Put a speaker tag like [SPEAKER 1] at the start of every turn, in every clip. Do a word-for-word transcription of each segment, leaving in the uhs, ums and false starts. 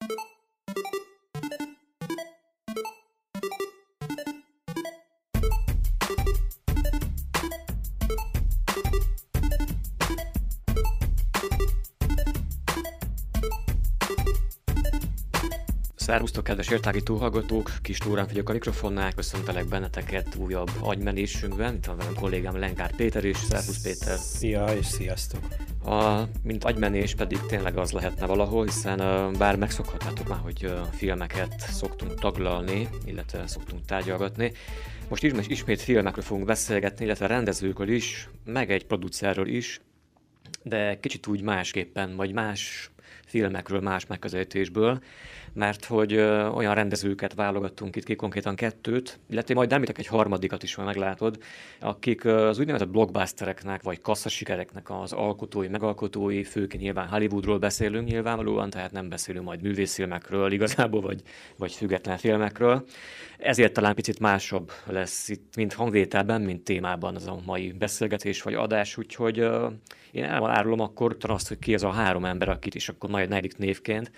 [SPEAKER 1] Szervusztok, kedves értágító hallgatók! Kis Tóránt vagyok a mikrofonnál, köszöntelek benneteket újabb agymenésünkben. Itt van velem kollégám Lengár Péter is. Szervusz Péter!
[SPEAKER 2] Szia és sziasztok!
[SPEAKER 1] A, mint agymenés pedig tényleg az lehetne valahol, hiszen uh, bár megszokhatnátok már, hogy uh, filmeket szoktunk taglalni, illetve szoktunk tárgyalgatni. Most ismét, ismét filmekről fogunk beszélgetni, illetve rendezőkről is, meg egy producerről is, de kicsit úgy másképpen, vagy más filmekről, más megközelítésből, mert hogy ö, olyan rendezőket válogattunk itt ki, konkrétan kettőt, illetve majd említek egy harmadikat is, majd meglátod, akik ö, az úgynevezett blockbustereknek, vagy kasszasikereknek az alkotói, megalkotói, főként nyilván Hollywoodról beszélünk nyilvánvalóan, tehát nem beszélünk majd művészfilmekről igazából, vagy, vagy független filmekről. Ezért talán picit másabb lesz itt, mint hangvételben, mint témában az a mai beszélgetés vagy adás, úgyhogy ö, én elárulom akkor azt, hogy ki az a három ember, akit is akkor majd negyedik névként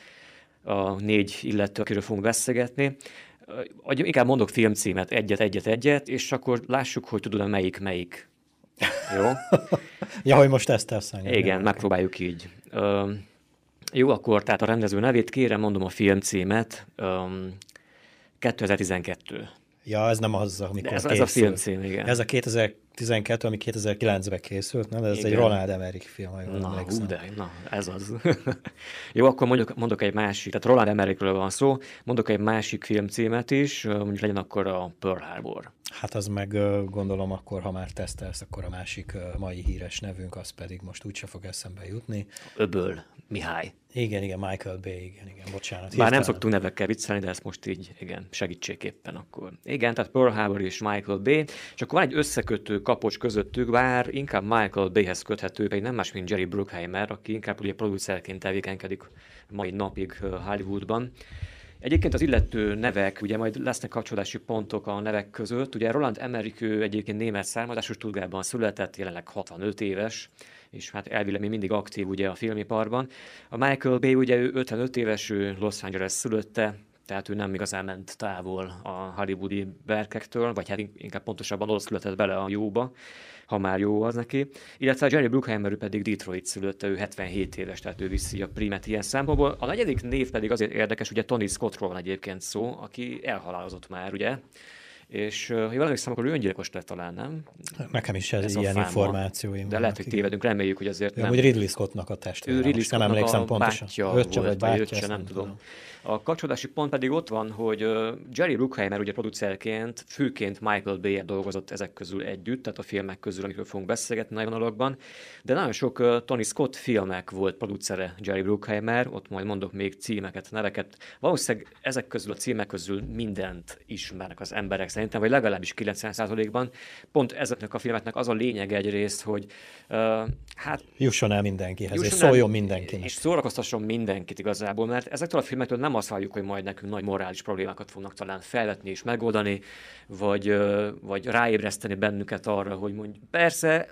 [SPEAKER 1] a négy illető, akiről fogunk beszélgetni. Inkább mondok filmcímet, egyet, egyet, egyet, és akkor lássuk, hogy tudod, melyik, melyik. Jó?
[SPEAKER 2] Ja, hogy most ezt teszem.
[SPEAKER 1] Igen, megpróbáljuk így. Uh, jó, akkor tehát a rendező nevét kérem, mondom a filmcímet. Um, kétezer-tizenkettő.
[SPEAKER 2] Ja, ez nem az, amikor
[SPEAKER 1] ez, ez a filmcím, igen.
[SPEAKER 2] Ez a kétezer-tizenkettő, ami kétezer-kilencben készült, nem? Ez igen. Egy Roland Emmerich film, ha jól
[SPEAKER 1] na, hú, de, na, ez az. Jó, akkor mondjuk, mondok egy másik, tehát Roland Emmerichről van szó, mondok egy másik filmcímet is, mondjuk legyen akkor a Pearl Harbor.
[SPEAKER 2] Hát az meg gondolom akkor, ha már tesztelsz, akkor a másik mai híres nevünk, az pedig most úgyse fog eszembe jutni.
[SPEAKER 1] Öböl Mihály.
[SPEAKER 2] Igen, igen, Michael Bay, igen, igen, bocsánat.
[SPEAKER 1] Bár nem szoktunk nevekkel viccelni, de ezt most így, igen, segítségképpen akkor. Igen, tehát Pearl Harbor és Michael Bay, és akkor van egy összekötő kapocs közöttük, bár inkább Michael Bayhez köthető, pedig nem más, mint Jerry Bruckheimer, aki inkább ugye producerként tevékenykedik mai napig Hollywoodban. Egyébként az illető nevek, ugye majd lesznek kapcsolódási pontok a nevek között. Ugye Roland Emmerich ő egyébként német származású, Stuttgartban született, jelenleg hatvanöt éves, és hát elvileg még mindig aktív ugye a filmiparban. A Michael Bay ugye ő ötvenöt éves, ő Los Angeles szülötte, tehát ő nem igazán ment távol a hollywoodi berkektől, vagy hát inkább pontosabban oda született bele a jóba, ha már jó az neki. Illetve a Jerry Bruckheimer pedig Detroit szülötte, ő hetvenhét éves, tehát ő viszi a primet ilyen szempontból. A negyedik név pedig azért érdekes, ugye Tony Scottról van egyébként szó, aki elhalálozott már, ugye? És ha jól emlékszem, akkor ő öngyilkos lett talán, nem?
[SPEAKER 2] Nekem is ez, ez ilyen információim.
[SPEAKER 1] De lehet, hogy tévedünk, reméljük, hogy azért
[SPEAKER 2] ja,
[SPEAKER 1] nem.
[SPEAKER 2] Hogy Ridley Scottnak a testvére.
[SPEAKER 1] Ő Ridley Scottnak
[SPEAKER 2] nem emlékszem
[SPEAKER 1] a
[SPEAKER 2] pontosan.
[SPEAKER 1] bátyja
[SPEAKER 2] öccse
[SPEAKER 1] volt,
[SPEAKER 2] vagy
[SPEAKER 1] vagy
[SPEAKER 2] bátyja,
[SPEAKER 1] öccse, nem, nem tudom.
[SPEAKER 2] tudom.
[SPEAKER 1] A kapcsolódási pont pedig ott van, hogy Jerry Bruckheimer ugye producerként, főként Michael Bay-el dolgozott ezek közül együtt, tehát a filmek közül, amikről fogunk beszélgetni nagy vonalakban, de nagyon sok uh, Tony Scott filmek volt producere Jerry Bruckheimer, ott majd mondok még címeket, neveket. Valószínűleg ezek közül a címek közül mindent ismernek az emberek szerintem, vagy legalábbis kilencven százalékban. Pont ezeknek a filmeknek az a lényeg egyrészt, hogy uh, hát...
[SPEAKER 2] Jusson el mindenkihez, és szóljon mindenkinek.
[SPEAKER 1] És szórakoztasson mindenkit igazából, mert ezektől a filmektől nem azt várjuk, hogy majd nekünk nagy morális problémákat fognak talán felvetni és megoldani, vagy, vagy ráébreszteni bennünket arra, hogy mondjuk persze,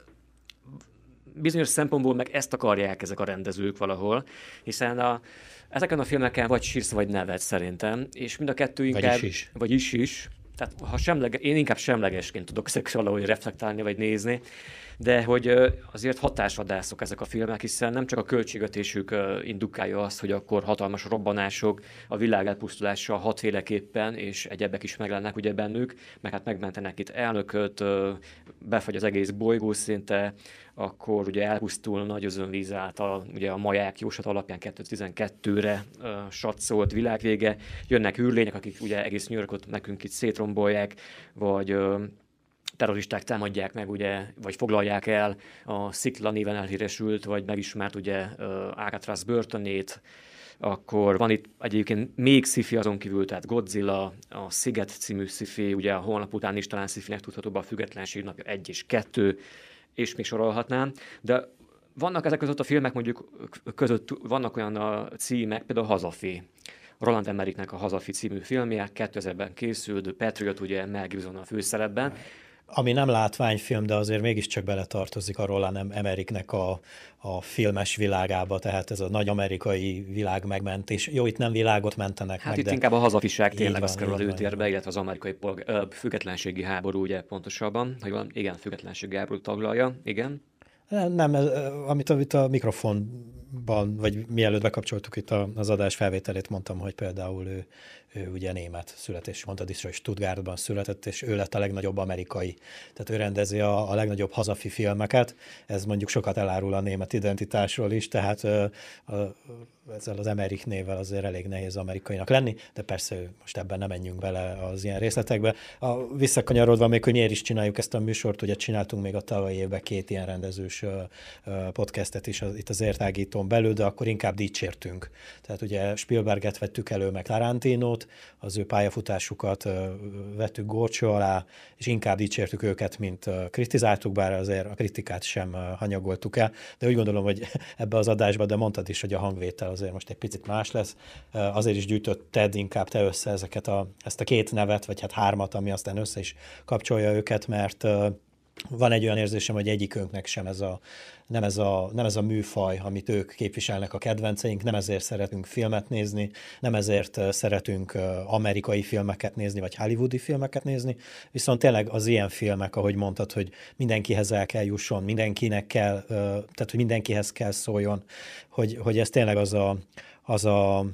[SPEAKER 1] bizonyos szempontból meg ezt akarják ezek a rendezők valahol, hiszen a, ezeken a filmeken vagy sírsz, vagy nevet szerintem, és mind a kettő inkább...
[SPEAKER 2] Vagy is is.
[SPEAKER 1] Vagy is is. Tehát ha semlege, én inkább semlegesként tudok ezek valahogy reflektálni, vagy nézni, de hogy azért hatásvadászok ezek a filmek, hiszen nem csak a költségvetésük indukálja azt, hogy akkor hatalmas robbanások, a világ elpusztulása hatféleképpen, és egyebek is meglennek ugye bennük, meg hát megmentenek itt elnököt, befagy az egész bolygó szinte, akkor ugye elpusztul nagy özönvíz által, ugye a maják jóslat alapján kétezer-tizenkettőre uh, satszolt világvége, jönnek űrlények, akik ugye egész New Yorkot nekünk itt szétrombolják, vagy uh, terroristák támadják meg, ugye, vagy foglalják el a Szikla néven elhíresült, vagy megismert ugye uh, Alcatraz börtönét, akkor van itt egyébként még sci-fi azon kívül, tehát Godzilla, a Sziget című sci-fi, ugye a holnap után is talán sci-finek tudhatóbb a Függetlenség napja egy és kettő, és még sorolhatnám, de vannak ezek között a filmek mondjuk között, vannak olyan a címek, például a Hazafi. Roland Emmerichnek a Hazafi című filmje, kétezerben készült, Patriot, ugye Mel Gibson a főszerepben.
[SPEAKER 2] Ami nem látványfilm, de azért mégiscsak beletartozik a Roland Emmerichnek a, a filmes világába, tehát ez a nagy amerikai világ megmentés. Jó, itt nem világot mentenek
[SPEAKER 1] Hát
[SPEAKER 2] meg,
[SPEAKER 1] itt
[SPEAKER 2] de...
[SPEAKER 1] inkább a hazafiság tényleg
[SPEAKER 2] van,
[SPEAKER 1] az kerül
[SPEAKER 2] így van,
[SPEAKER 1] előtérbe, illetve az amerikai polg- ö, függetlenségi háború, ugye pontosabban, hogy van, igen, függetlenségi háború taglalja, igen.
[SPEAKER 2] Nem, ez, amit, amit a mikrofonban, vagy mielőtt bekapcsoltuk itt az adás felvételét, mondtam, hogy például ő, ő ugye német születés, mondtad is, hogy Stuttgartban született, és ő lett a legnagyobb amerikai. Tehát ő rendezi a, a legnagyobb hazafi filmeket, ez mondjuk sokat elárul a német identitásról is, tehát ö, ö, ezzel az Emmerich névvel azért elég nehéz amerikainak lenni, de persze most ebben nem menjünk bele az ilyen részletekbe. A, visszakanyarodva még, hogy miért is csináljuk ezt a műsort, ugye csináltunk még a tavalyi évben két ilyen rendezős ö, ö, podcastet is az, itt az értágítón belül, de akkor inkább dicsértünk. Tehát ugye Spielberget vettük elő, meg Tarantinót, az ő pályafutásukat ö, vettük górcső alá, és inkább dicsértük őket, mint ö, kritizáltuk, bár azért a kritikát sem ö, hanyagoltuk el, de úgy gondolom, hogy ebbe az adásba, de mondtad is, hogy a hangvétel azért most egy picit más lesz. Azért is gyűjtötted inkább te össze ezeket a, ezt a két nevet, vagy hát hármat, ami aztán össze is kapcsolja őket, mert van egy olyan érzésem, hogy egyikünknek sem ez a, nem, ez a, nem ez a műfaj, amit ők képviselnek a kedvenceink, nem ezért szeretünk filmet nézni, nem ezért szeretünk amerikai filmeket nézni, vagy hollywoodi filmeket nézni, viszont tényleg az ilyen filmek, ahogy mondtad, hogy mindenkihez el kell jusson, mindenkinek kell, tehát hogy mindenkihez kell szóljon, hogy, hogy ez tényleg az a, az a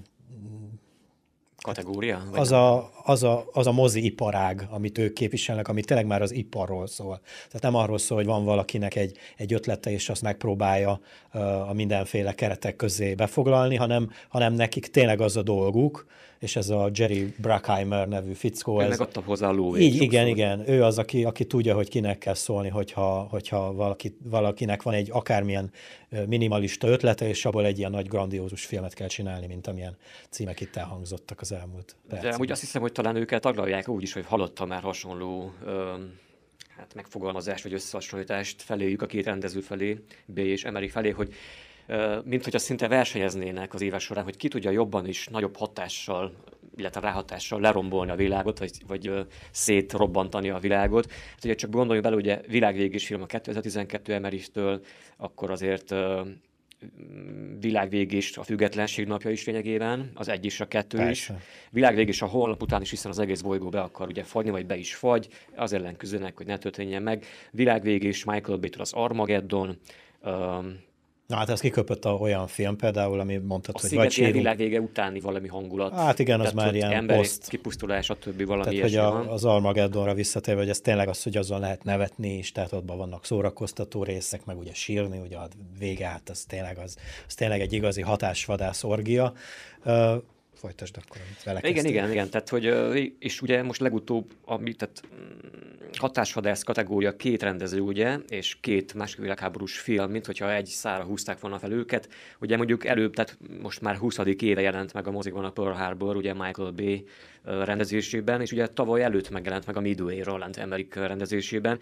[SPEAKER 1] kategória?
[SPEAKER 2] Az a, az, a, az a mozi iparág, amit ők képviselnek, ami tényleg már az iparról szól. Tehát nem arról szól, hogy van valakinek egy, egy ötlete, és azt megpróbálja uh, a mindenféle keretek közé befoglalni, hanem, hanem nekik tényleg az a dolguk, és ez a Jerry Bruckheimer nevű fickó.
[SPEAKER 1] Ő
[SPEAKER 2] ez,
[SPEAKER 1] megadta hozzá a lóvét.
[SPEAKER 2] Így, igen, igen. Ő az, aki, aki tudja, hogy kinek kell szólni, hogyha, hogyha valaki, valakinek van egy akármilyen minimalista ötlete, és abból egy ilyen nagy grandiózus filmet kell csinálni, mint amilyen címek itt elhangzottak az elmúlt percben.
[SPEAKER 1] De amúgy azt hiszem, hogy talán őket taglalják úgy is, hogy hallottam már hasonló öm, hát megfogalmazást vagy összehasonlítást feléjük, a két rendező felé, B és Emmerich felé, hogy mint hogy azt szinte versenyeznének az évek során, hogy ki tudja jobban is, nagyobb hatással, illetve ráhatással lerombolni a világot, vagy, vagy szétrobbantani a világot. Hát ugye csak gondoljunk bele, ugye világvégés film a kétezer-tizenkettő Emmerichtől, akkor azért világvégés a függetlenség napja is lényegében, az egy is, a kettő Persze. is. Világvégés a holnap után is, hiszen az egész bolygó be akar ugye fagyni, vagy be is fagy, az ellen küzdenek, hogy ne történjen meg. Világvégés Michael Bay-től az Armageddon, um,
[SPEAKER 2] Na hát ez kiköpött a olyan film például, ami mondtad,
[SPEAKER 1] a
[SPEAKER 2] hogy
[SPEAKER 1] vagy
[SPEAKER 2] sírunk.
[SPEAKER 1] A világvége utáni valami hangulat.
[SPEAKER 2] Hát igen, az
[SPEAKER 1] tehát,
[SPEAKER 2] már ilyen
[SPEAKER 1] emberi
[SPEAKER 2] poszt.
[SPEAKER 1] kipusztulás, a többi valami
[SPEAKER 2] tehát,
[SPEAKER 1] ilyesmi
[SPEAKER 2] hogy a,
[SPEAKER 1] van.
[SPEAKER 2] az Armageddonra visszatérve, hogy ez tényleg az, hogy azon lehet nevetni is, tehát ott vannak szórakoztató részek, meg ugye sírni, ugye a vége, hát az tényleg, az, az tényleg egy igazi hatásvadász orgia. Uh, folytasd akkor, amit vele
[SPEAKER 1] Igen,
[SPEAKER 2] kezdtél.
[SPEAKER 1] igen, igen, tehát hogy, és ugye most legutóbb, ami, tehát hatásvadász kategória két rendező, ugye, és két második világháborús film, mint hogyha egy szára húzták volna fel őket. Ugye mondjuk előbb, tehát most már huszadik éve jelent meg a mozikban a Pearl Harbor, ugye Michael Bay rendezésében, és ugye tavaly előtt megjelent meg a Midway Roland Emmerich rendezésében.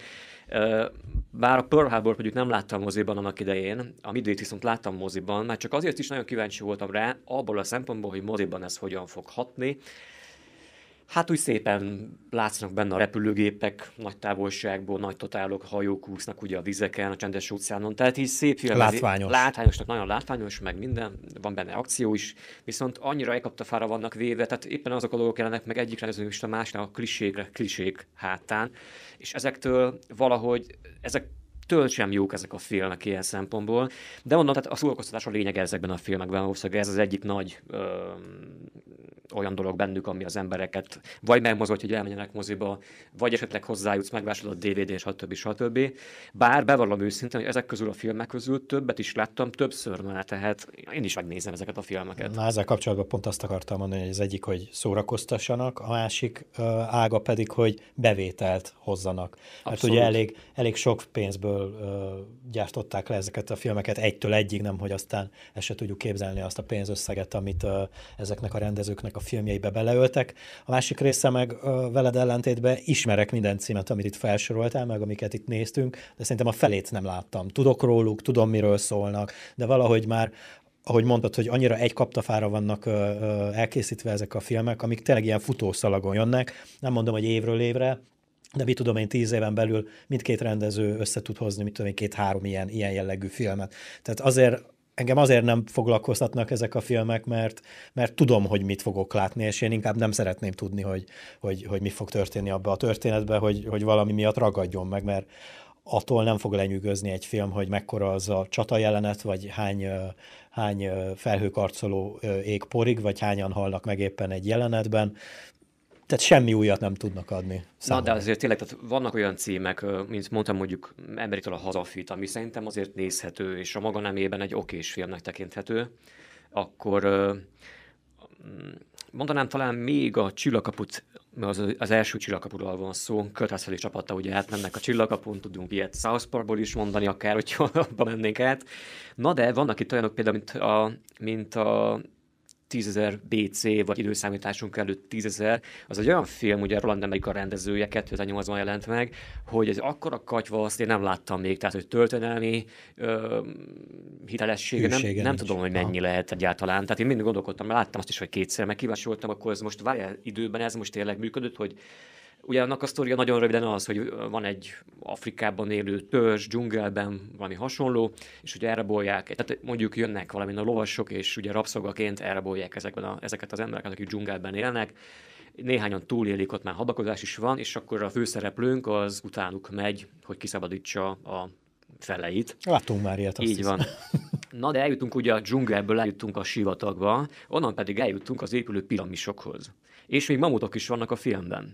[SPEAKER 1] Bár a Pearl Harbor mondjuk nem láttam moziban annak idején, a Midway-t viszont láttam moziban, már csak azért is nagyon kíváncsi voltam rá, abból a szempontból, hogy moziban ez hogyan fog hatni. Hát úgy szépen látszanak benne a repülőgépek, nagy távolságból, nagy totálok, hajók úsznak ugye a vizeken, a csendes óceánon, tehát így szép film.
[SPEAKER 2] Látványos.
[SPEAKER 1] Látványosnak, nagyon látványos, meg minden, van benne akció is, viszont annyira elkaptafára vannak véve, tehát éppen azok a dolgok jelennek meg egyik rendezőn is a másiknak a klisékre, klisék hátán, és ezektől valahogy, ezek től sem jók ezek a filmek ilyen szempontból, de mondom, tehát a szórakoztatás a lényeg ezekben a filmekben, valószínűleg ez az egyik nagy ö, olyan dolog bennük, ami az embereket vagy megmozgatja, hogy elmenjenek moziba, vagy esetleg hozzájutsz, megvásárolod a dé vé dén, stb. stb. Bár bevallom őszintén, hogy ezek közül a filmek közül többet is láttam, többször már, tehát én is megnézem ezeket a filmeket.
[SPEAKER 2] Na, ezzel kapcsolatban pont azt akartam mondani, hogy az egyik, hogy szórakoztassanak, a másik uh, ága pedig, hogy bevételt hozzanak. Mert ugye elég, elég sok pénzből gyártották le ezeket a filmeket egytől egyig, nem, hogy aztán ezt se tudjuk képzelni azt a pénzösszeget, amit uh, ezeknek a rendezőknek a filmjeibe beleöltek. A másik része meg uh, veled ellentétben ismerek minden címet, amit itt felsoroltál, meg amiket itt néztünk, de szerintem a felét nem láttam. Tudok róluk, tudom, miről szólnak, de valahogy már ahogy mondtad, hogy annyira egy kaptafára vannak uh, uh, elkészítve ezek a filmek, amik tényleg ilyen futószalagon jönnek. Nem mondom, hogy évről évre, de mit tudom én, tíz éven belül mindkét rendező össze tud hozni, mit tudom én, két-három ilyen, ilyen jellegű filmet. Tehát azért engem azért nem foglalkoztatnak ezek a filmek, mert, mert tudom, hogy mit fogok látni, és én inkább nem szeretném tudni, hogy, hogy, hogy mi fog történni abba a történetbe, hogy, hogy valami miatt ragadjon meg, mert attól nem fog lenyűgözni egy film, hogy mekkora az a csata jelenet, vagy hány, hány felhőkarcoló ég porig, vagy hányan halnak meg éppen egy jelenetben. Tehát semmi újat nem tudnak adni.
[SPEAKER 1] Számomra. Na, de azért tényleg tehát vannak olyan címek, mint mondtam mondjuk Emberitől a Hazafit, ami szerintem azért nézhető, és a maga nemében egy okés filmnek tekinthető. Akkor mondanám talán még a Csillagkaput, az, az első Csillagkapuról van szó, Kurt Russell és csapata ugye átmennek a Csillagkapun, tudunk ilyet South Parkból is mondani, akár, hogyha abba mennénk át. Na de vannak itt olyanok például, mint a, mint a tízezer bé cé, vagy időszámításunk előtt tízezer, az egy olyan film, ugye Roland Emmerich a rendezője, kétezer-nyolcban jelent meg, hogy ez akkora katyva, azt én nem láttam még, tehát hogy történelmi ö, hitelessége, nem, nem tudom, hogy mennyi ha. lehet egyáltalán. Tehát én mindig gondolkodtam, mert láttam azt is, hogy kétszer, meg kíváncsi voltam, akkor ez most várjál időben, ez most tényleg működött, hogy ugye annak a sztoria nagyon röviden az, hogy van egy Afrikában élő törzs, dzsungelben, valami hasonló, és ugye elrabolják, tehát mondjuk jönnek valami a lovasok, és ugye rabszolgaként elrabolják ezekben a, ezeket az embereket, akik dzsungelben élnek. Néhányan túlélik, ott már hadakozás is van, és akkor a főszereplőnk az utánuk megy, hogy kiszabadítsa a feleit.
[SPEAKER 2] Láttunk már ilyet, azt
[SPEAKER 1] Így van. Na de eljutunk ugye a dzsungelből, eljutunk a sivatagba, onnan pedig eljutunk az épülő piramisokhoz. És még mamutok is vannak a filmben.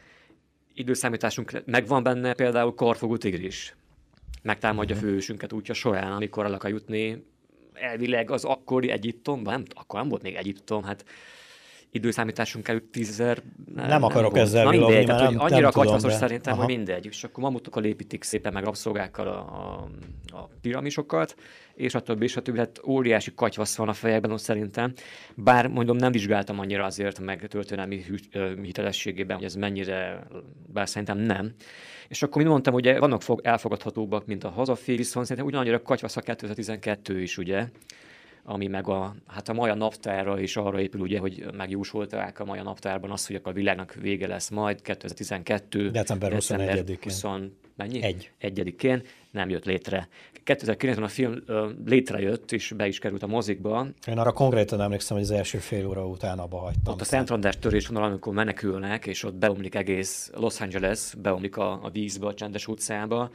[SPEAKER 1] Időszámításunk megvan benne például Karfogó tigris. Megtámadja uh-huh. főhősünket útja során, amikor el akar jutni elvileg az akkori Egyiptomban, nem, akkor nem volt még Egyiptom, hát időszámításunk előtt tízezer...
[SPEAKER 2] Nem, nem akarok nem ezzel
[SPEAKER 1] vilogni,
[SPEAKER 2] mert nem,
[SPEAKER 1] annyira katyvaszos szerintem,
[SPEAKER 2] aha.
[SPEAKER 1] hogy mindegy. És akkor mamutokkal építik szépen meg rabszolgákkal a, a, a piramisokat, és a többi, és a többi, hát óriási katyvasz van a fejekben ott szerintem. Bár mondom, nem vizsgáltam annyira azért meg történelmi hitelességében, hogy ez mennyire, bár szerintem nem. És akkor, mint mondtam, ugye vannak elfogadhatóbbak, mint a Hazafi, viszont szerintem ugyanannyira katyvasz a kétezer-tizenkettő is, ugye, ami meg a, hát a maja naptárra is arra épül, ugye, hogy megjósolták a maja naptárban azt, hogy a világnak vége lesz majd kétezer-tizenkettő.
[SPEAKER 2] December huszonegyedikén.
[SPEAKER 1] húsz, mennyi?
[SPEAKER 2] Egy.
[SPEAKER 1] Egyedikén nem jött létre. kétezer-kilencben a film ö, létrejött, és be is került a mozikba.
[SPEAKER 2] Én arra konkrétan emlékszem, hogy az első fél óra után abba hagytam.
[SPEAKER 1] Ott a Szent András törés vonal, amikor menekülnek, és ott beomlik egész Los Angeles, beomlik a, a vízbe, a csendes utcába.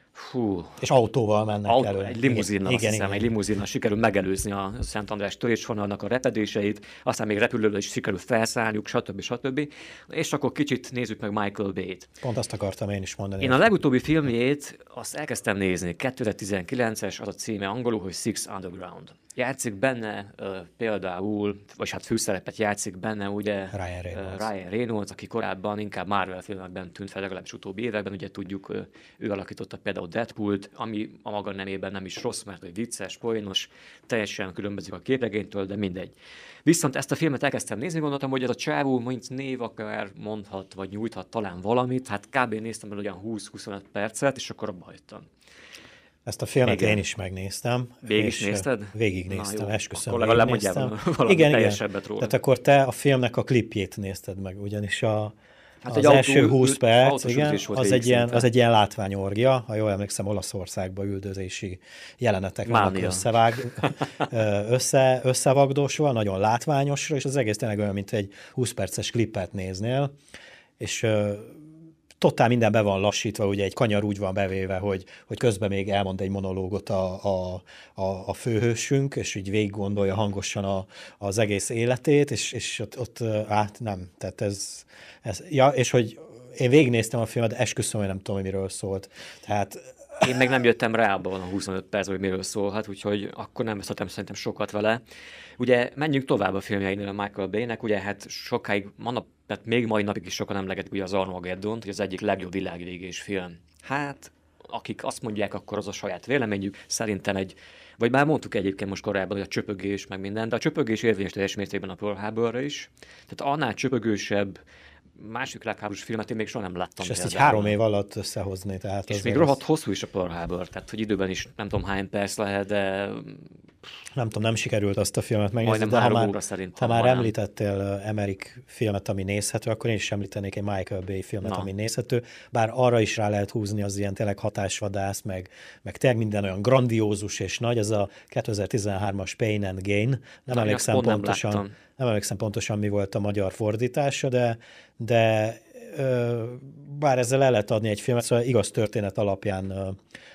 [SPEAKER 1] Hú.
[SPEAKER 2] És autóval mennek
[SPEAKER 1] Autó,
[SPEAKER 2] elő.
[SPEAKER 1] Egy limuzinnal,
[SPEAKER 2] igen,
[SPEAKER 1] azt hiszem,
[SPEAKER 2] igen,
[SPEAKER 1] egy limuzinnal sikerül megelőzni a Szent András törésvonalnak a repedéseit, aztán még repülőről is sikerül felszállniuk, stb. stb. És akkor kicsit nézzük meg Michael Bay-t.
[SPEAKER 2] Pont azt akartam én is mondani.
[SPEAKER 1] Én a legutóbbi filmjét azt elkezdtem nézni, kétezer-tizenkilences, az a címe angolul, hogy Six Underground. Játszik benne uh, például, vagy hát főszerepet játszik benne, ugye
[SPEAKER 2] Ryan Reynolds.
[SPEAKER 1] Uh, Ryan Reynolds, aki korábban inkább Marvel filmekben tűnt fel, legalábbis utóbbi években, ugye tudjuk, uh, ő alakította például Deadpoolt, ami a maga nemében nem is rossz, mert hogy vicces, poénos, teljesen különbözik a képregénytől, de mindegy. Viszont ezt a filmet elkezdtem nézni, gondoltam, hogy ez a csávó, mint név akár mondhat, vagy nyújthat talán valamit, hát kb. Néztem el olyan húsz-huszonöt percet, és akkor abba hagytam.
[SPEAKER 2] Ezt a filmet
[SPEAKER 1] igen.
[SPEAKER 2] én is megnéztem.
[SPEAKER 1] Végig is nézted?
[SPEAKER 2] Végignéztem, esküszöm.
[SPEAKER 1] Akkor legalább mondjál valami
[SPEAKER 2] igen,
[SPEAKER 1] teljesebbet
[SPEAKER 2] igen.
[SPEAKER 1] róla.
[SPEAKER 2] Tehát akkor te a filmnek a klipjét nézted meg, ugyanis a,
[SPEAKER 1] hát
[SPEAKER 2] az
[SPEAKER 1] egy
[SPEAKER 2] első
[SPEAKER 1] autó,
[SPEAKER 2] húsz perc, igen,
[SPEAKER 1] az
[SPEAKER 2] egy, ilyen, az egy ilyen látványorgia, ha jól emlékszem, Olaszországban üldözési jelenetek vannak összevág, össze, összevagdosva, nagyon látványosra, és az egész tényleg olyan, mint egy húsz perces klipet néznél, és totál minden be van lassítva, ugye egy kanyar úgy van bevéve, hogy, hogy közben még elmond egy monológot a, a, a, a főhősünk, és így végig gondolja hangosan a, az egész életét, és, és ott, ott át nem. Tehát ez, ez, ja, és hogy én végignéztem a filmet, de esküszöm, hogy nem tudom, hogy miről szólt. Tehát
[SPEAKER 1] én meg nem jöttem rá abban a huszonöt percben, hogy miről szólhat, úgyhogy akkor nem vesztettem szerintem sokat vele. Ugye menjünk tovább a filmjeinél a Michael Bay-nek, ugye hát sokáig, manap, tehát még mai napig is sokan emlegetik ugye az Armageddont, hogy az egyik legjobb világvégés film. Hát, akik azt mondják, akkor az a saját véleményük, szerintem egy, vagy már mondtuk egyébként most korábban, hogy a csöpögés meg minden, de a csöpögés érvényes teljes mértékben a Pearl Harborra is. Tehát annál csöpögősebb másik világháborús filmet én még soha nem láttam.
[SPEAKER 2] És ezt így három év alatt összehozni. Tehát
[SPEAKER 1] és még rohadt hosszú is a Pearl Harbor, tehát hogy időben is nem tudom hány perc lehet, de
[SPEAKER 2] nem tudom, nem sikerült azt a filmet megnézni,
[SPEAKER 1] Majdnem
[SPEAKER 2] de ha
[SPEAKER 1] három
[SPEAKER 2] már,
[SPEAKER 1] óra szerintem
[SPEAKER 2] ha már
[SPEAKER 1] van, nem?
[SPEAKER 2] említettél uh, Emmerich filmet, ami nézhető, akkor én is említenék egy Michael Bay filmet,
[SPEAKER 1] Na.
[SPEAKER 2] ami nézhető, bár arra is rá lehet húzni az ilyen tényleg hatásvadász, meg, meg tényleg minden olyan grandiózus és nagy, ez a kétezer-tizenhármas Pain and Gain, nem
[SPEAKER 1] Na, én azt
[SPEAKER 2] emlékszem
[SPEAKER 1] pont nem
[SPEAKER 2] pontosan,
[SPEAKER 1] láttam.
[SPEAKER 2] nem emlékszem pontosan, mi volt a magyar fordítása, de, de ö, bár ezzel el lehet adni egy filmet, szóval igaz történet alapján ö,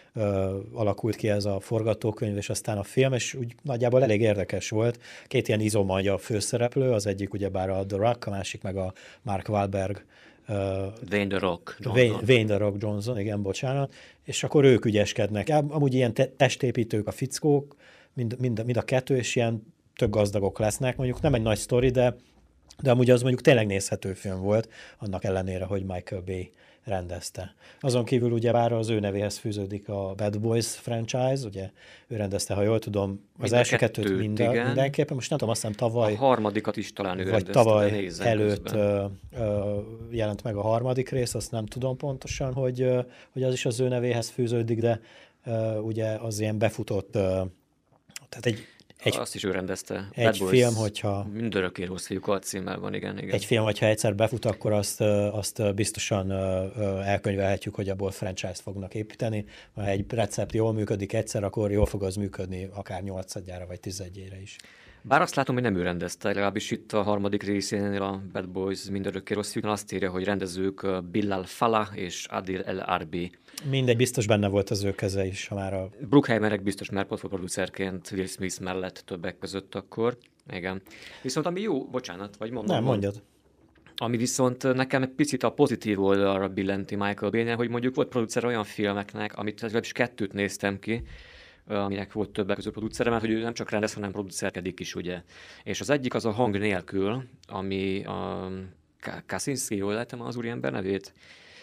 [SPEAKER 2] ö, alakult ki ez a forgatókönyv, és aztán a film, és úgy nagyjából elég érdekes volt. Két ilyen izomagya főszereplő, az egyik ugyebár a The Rock, a másik meg a Mark Wahlberg, ö,
[SPEAKER 1] Dwayne The Rock Johnson.
[SPEAKER 2] Wayne, Wayne The Rock Johnson, igen, bocsánat, és akkor ők ügyeskednek. Am- Amúgy ilyen te- testépítők a fickók, mind, mind, mind a kettő, és ilyen tök gazdagok lesznek. Mondjuk nem egy nagy sztori, de, de amúgy az mondjuk tényleg nézhető film volt, annak ellenére, hogy Michael Bay rendezte. Azon kívül ugye bár az ő nevéhez fűződik a Bad Boys franchise, ugye ő rendezte, ha jól tudom, az
[SPEAKER 1] Mind a
[SPEAKER 2] első
[SPEAKER 1] kettőt,
[SPEAKER 2] kettőt minden,
[SPEAKER 1] igen.
[SPEAKER 2] mindenképpen, most nem tudom, azt hiszem tavaly,
[SPEAKER 1] A harmadikat is talán ő
[SPEAKER 2] vagy
[SPEAKER 1] rendezte,
[SPEAKER 2] tavaly
[SPEAKER 1] de nézzem
[SPEAKER 2] előtt
[SPEAKER 1] közben.
[SPEAKER 2] ö, ö, jelent meg a harmadik rész, azt nem tudom pontosan, hogy, ö, hogy az is az ő nevéhez fűződik, de ö, ugye az ilyen befutott, ö, tehát egy, egy,
[SPEAKER 1] Azt is ő rendezte.
[SPEAKER 2] egy
[SPEAKER 1] Bad Boys
[SPEAKER 2] film, hogyha-
[SPEAKER 1] Mindörökké rossz fiúk alcímmel van, igen, igen.
[SPEAKER 2] egy film, hogyha egyszer befut, akkor azt, ö, azt ö, biztosan ö, ö, elkönyvelhetjük, hogy abból franchise-t fognak építeni. Ha egy recept jól működik egyszer, akkor jól fog az működni akár nyolcadjára vagy tizedjére is.
[SPEAKER 1] Bár azt látom, hogy nem ő rendezte, legalábbis itt a harmadik részénél a Bad Boys Mindörökké rossz fiúknál azt írja, hogy rendezők uh, Bilal Fallah és Adil El Arbi.
[SPEAKER 2] Mindegy, biztos benne volt az ő keze is, ha már a...
[SPEAKER 1] Bruckheimerek biztos, mert ott volt producerként Will Smith mellett többek között akkor. Igen. Viszont ami jó, bocsánat, vagy mondom.
[SPEAKER 2] Nem, mondjad.
[SPEAKER 1] Ami viszont nekem egy picit a pozitív oldalra billenti Michael Bay-nél, hogy mondjuk volt producer olyan filmeknek, amit legalábbis kettőt néztem ki, aminek volt többek között producere, mert hogy ő nem csak rendez, hanem producerkedik is, ugye. És az egyik az a Hang nélkül, ami a Krasinski, jól lehetem az úriember nevét?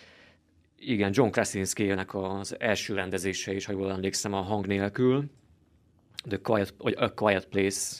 [SPEAKER 1] Igen, John Krasinski-nek az első rendezése is, ha jól emlékszem, a Hang nélkül. The Quiet, vagy A Quiet Place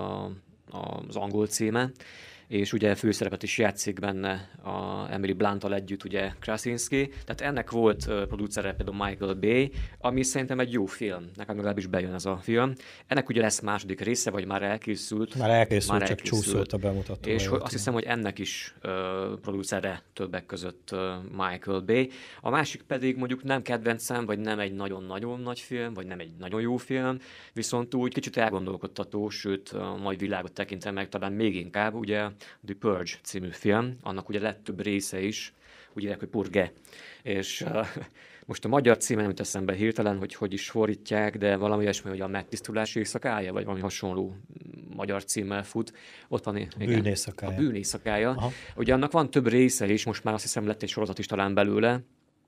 [SPEAKER 1] az angol címe, és ugye főszerepet is játszik benne a Emily Blunttal együtt, ugye Krasinski. Tehát ennek volt uh, producere például Michael Bay, ami szerintem egy jó film. Nekem legalábbis bejön ez a film. Ennek ugye lesz második része, vagy már elkészült.
[SPEAKER 2] Már elkészült,
[SPEAKER 1] Már
[SPEAKER 2] csak
[SPEAKER 1] elkészült.
[SPEAKER 2] csúszott a bemutató.
[SPEAKER 1] És hogy azt hiszem, hogy ennek is uh, producere többek között uh, Michael Bay. A másik pedig mondjuk nem kedvencem, vagy nem egy nagyon-nagyon nagy film, vagy nem egy nagyon jó film, viszont úgy kicsit elgondolkodtató, sőt a mai világot tekintem meg talán még inkább, ugye The Purge című film, annak ugye lett több része is, úgy írják, hogy Purge. És uh, most a magyar címe nem jut eszembe hirtelen, hogy hogy is fordítják, de valami olyasmi, hogy a megtisztulás éjszakája, vagy valami hasonló magyar címmel fut. Ott van, igen,
[SPEAKER 2] Bűn éjszakája.
[SPEAKER 1] A bűn éjszakája.
[SPEAKER 2] Aha.
[SPEAKER 1] Ugye annak van több része is, most már azt hiszem lett egy sorozat is talán belőle,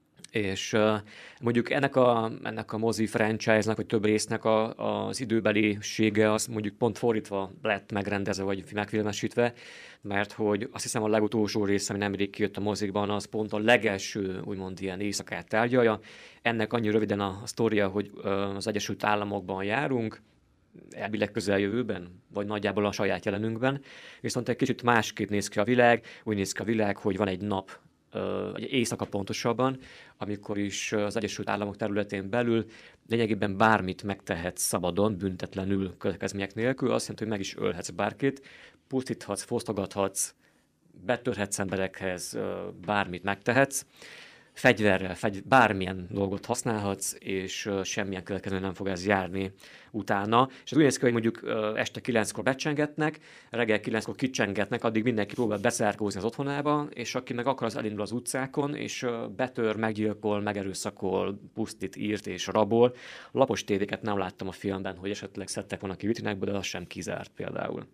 [SPEAKER 1] és uh, mondjuk ennek a, ennek a mozi franchise-nak, vagy több résznek a, az időbelisége az mondjuk pont fordítva lett megrendezve, vagy megfilmesítve, mert hogy azt hiszem a legutolsó rész, ami nemrég kijött a mozikban, az pont a legelső, úgymond ilyen éjszakát tárgyalja. Ennek annyi röviden a, a sztoria, hogy uh, az Egyesült Államokban járunk, elvileg közeljövőben, vagy nagyjából a saját jelenünkben, viszont egy kicsit másképp néz ki a világ, úgy néz ki a világ, hogy van egy nap, egy éjszaka pontosabban, amikor is az Egyesült Államok területén belül lényegében bármit megtehetsz szabadon, büntetlenül, következmények nélkül, azt jelenti, hogy meg is ölhetsz bárkit, pusztíthatsz, fosztogathatsz, betörhetsz emberekhez, bármit megtehetsz, fegyverrel, fegy, bármilyen dolgot használhatsz, és uh, semmilyen következmény nem fog ez járni utána. És ez úgy néz ki, hogy mondjuk uh, este kilenckor becsengetnek, reggel kilenckor kicsengetnek, addig mindenki próbál beszárkózni az otthonába, és aki meg akar, az elindul az utcákon, és uh, betör, meggyilkol, megerőszakol, pusztít, írt és rabol. Lapos tévéket nem láttam a filmben, hogy esetleg szedtek volna ki vitrinákból, de az sem kizárt például.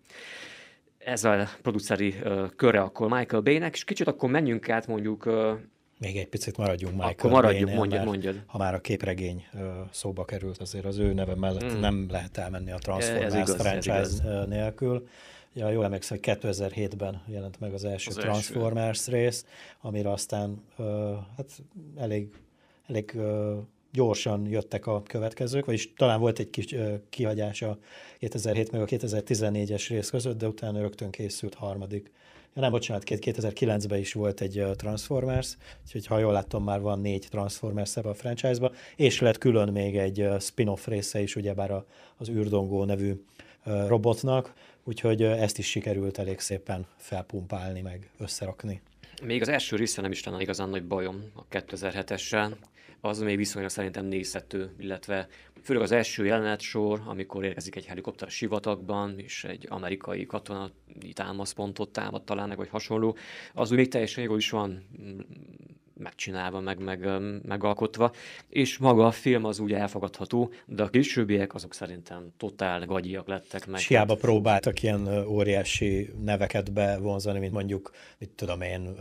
[SPEAKER 1] Ez a produceri uh, köre akkor Michael Bay-nek, és kicsit akkor menjünk át mondjuk uh,
[SPEAKER 2] Még egy picit maradjunk Michael
[SPEAKER 1] Akkor maradjunk,
[SPEAKER 2] Bay-nél,
[SPEAKER 1] mondjad,
[SPEAKER 2] mert
[SPEAKER 1] mondjad.
[SPEAKER 2] Ha már a képregény ö, szóba került, azért az ő neve mellett mm. nem lehet elmenni a Transformers
[SPEAKER 1] igaz,
[SPEAKER 2] franchise nélkül. Ja, jól emlékszem, hogy kétezer-hétben jelent meg az első
[SPEAKER 1] az
[SPEAKER 2] Transformers első. rész, amire aztán ö, hát elég, elég ö, gyorsan jöttek a következők, vagyis talán volt egy kis kihagyás a kétezer-hét meg a kétezer-tizennégyes rész között, de utána rögtön készült harmadik. Ja, nem, bocsánat, kétezer-kilencben is volt egy Transformers, úgyhogy ha jól látom, már van négy Transformers ebbe a franchise-ba, és lett külön még egy spin-off része is, ugyebár az űrdongó nevű robotnak, úgyhogy ezt is sikerült elég szépen felpumpálni, meg összerakni.
[SPEAKER 1] Még az első része nem is lenne igazán nagy bajom a kétezer-hetessel, az még viszonylag szerintem nézhető, illetve főleg az első jelenetsor, amikor érkezik egy helikopter a sivatagban, és egy amerikai katonai támaszpontot támad talán, meg vagy hasonló, az úgy még teljesen jól is van megcsinálva, meg, meg megalkotva, és maga a film az úgy elfogadható, de a későbbiek azok szerintem totál gagyiak lettek meg.
[SPEAKER 2] Hiába próbáltak ilyen óriási neveket bevonzani, mint mondjuk, mit tudom én,